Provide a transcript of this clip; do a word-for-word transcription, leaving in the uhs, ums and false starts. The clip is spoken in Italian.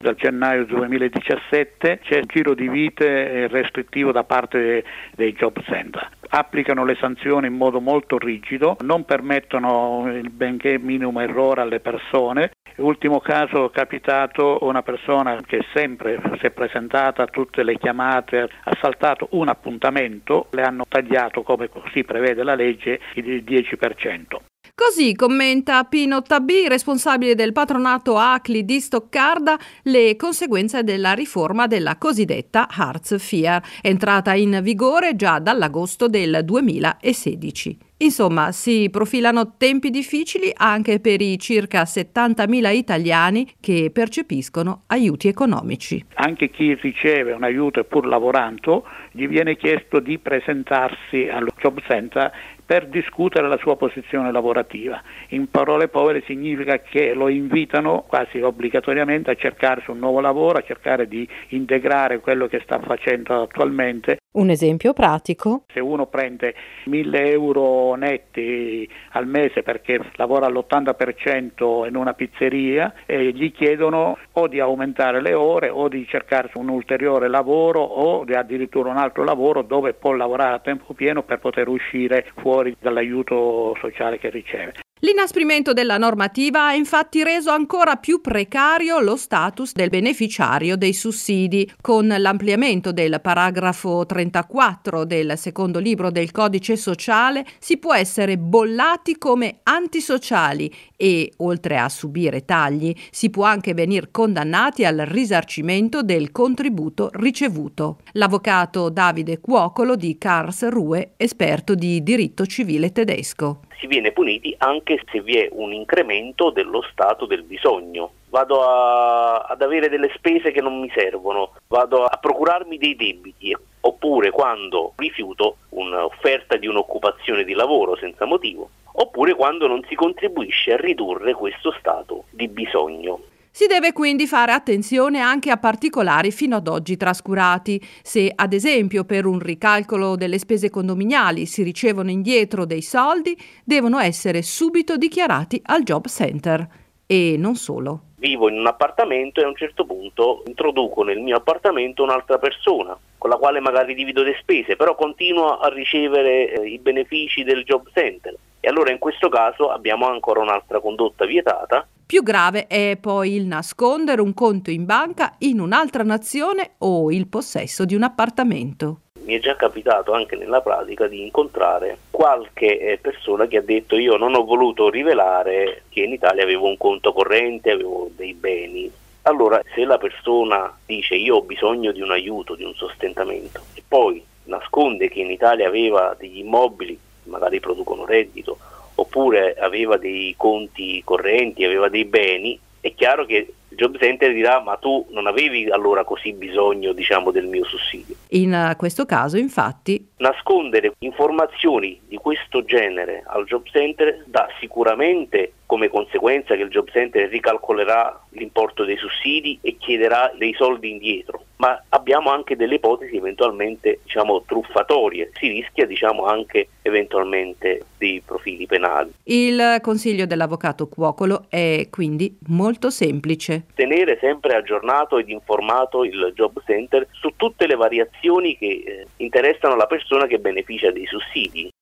dal gennaio duemiladiciassette c'è un giro di vite restrittivo da parte dei job center. Applicano le sanzioni in modo molto rigido, non permettono il benché minimo errore alle persone. Ultimo caso capitato, una persona che sempre si è presentata a tutte le chiamate, ha saltato un appuntamento, le hanno tagliato, come si prevede la legge, il dieci per cento. Così commenta Pino Tabì, responsabile del patronato A C L I di Stoccarda, le conseguenze della riforma della cosiddetta Hartz-Vier, entrata in vigore già dall'agosto del duemilasedici. Insomma, si profilano tempi difficili anche per i circa settantamila italiani che percepiscono aiuti economici. Anche chi riceve un aiuto e pur lavorando, gli viene chiesto di presentarsi allo job center per discutere la sua posizione lavorativa. In parole povere significa che lo invitano quasi obbligatoriamente a cercarsi un nuovo lavoro, a cercare di integrare quello che sta facendo attualmente. Un esempio pratico? Se uno prende mille euro netti al mese perché lavora all'ottanta per cento in una pizzeria, e gli chiedono o di aumentare le ore o di cercarsi un ulteriore lavoro o di addirittura un altro lavoro dove può lavorare a tempo pieno per poter uscire fuori dall'aiuto sociale che riceve. L'inasprimento della normativa ha infatti reso ancora più precario lo status del beneficiario dei sussidi. Con l'ampliamento del paragrafo trentaquattro del secondo libro del Codice Sociale si può essere bollati come antisociali e, oltre a subire tagli, si può anche venir condannati al risarcimento del contributo ricevuto. L'avvocato Davide Cuocolo di Karlsruhe, esperto di diritto civile tedesco. Si viene puniti anche se vi è un incremento dello stato del bisogno. Vado a, ad avere delle spese che non mi servono, vado a procurarmi dei debiti, oppure quando rifiuto un'offerta di un'occupazione di lavoro senza motivo, oppure quando non si contribuisce a ridurre questo stato di bisogno. Si deve quindi fare attenzione anche a particolari fino ad oggi trascurati. Se, ad esempio, per un ricalcolo delle spese condominiali si ricevono indietro dei soldi, devono essere subito dichiarati al job center. E non solo. Vivo in un appartamento e a un certo punto introduco nel mio appartamento un'altra persona, con la quale magari divido le spese, però continuo a ricevere eh, i benefici del job center. E allora in questo caso abbiamo ancora un'altra condotta vietata. Più grave è poi il nascondere un conto in banca in un'altra nazione o il possesso di un appartamento. Mi è già capitato anche nella pratica di incontrare qualche persona che ha detto: io non ho voluto rivelare che in Italia avevo un conto corrente, avevo dei beni. Allora, se la persona dice io ho bisogno di un aiuto, di un sostentamento, e poi nasconde che in Italia aveva degli immobili, magari producono reddito, oppure aveva dei conti correnti, aveva dei beni, è chiaro che il job center dirà: ma tu non avevi allora così bisogno, diciamo, del mio sussidio. In questo caso, infatti, nascondere informazioni di questo genere al job center dà sicuramente come conseguenza che il job center ricalcolerà l'importo dei sussidi e chiederà dei soldi indietro, ma abbiamo anche delle ipotesi eventualmente, diciamo, truffatorie. Si rischia, diciamo, anche eventualmente dei profili penali. Il consiglio dell'avvocato Cuocolo è quindi molto semplice. Tenere sempre aggiornato ed informato il job center su tutte le variazioni che eh, interessano la persona che beneficia dei sussidi.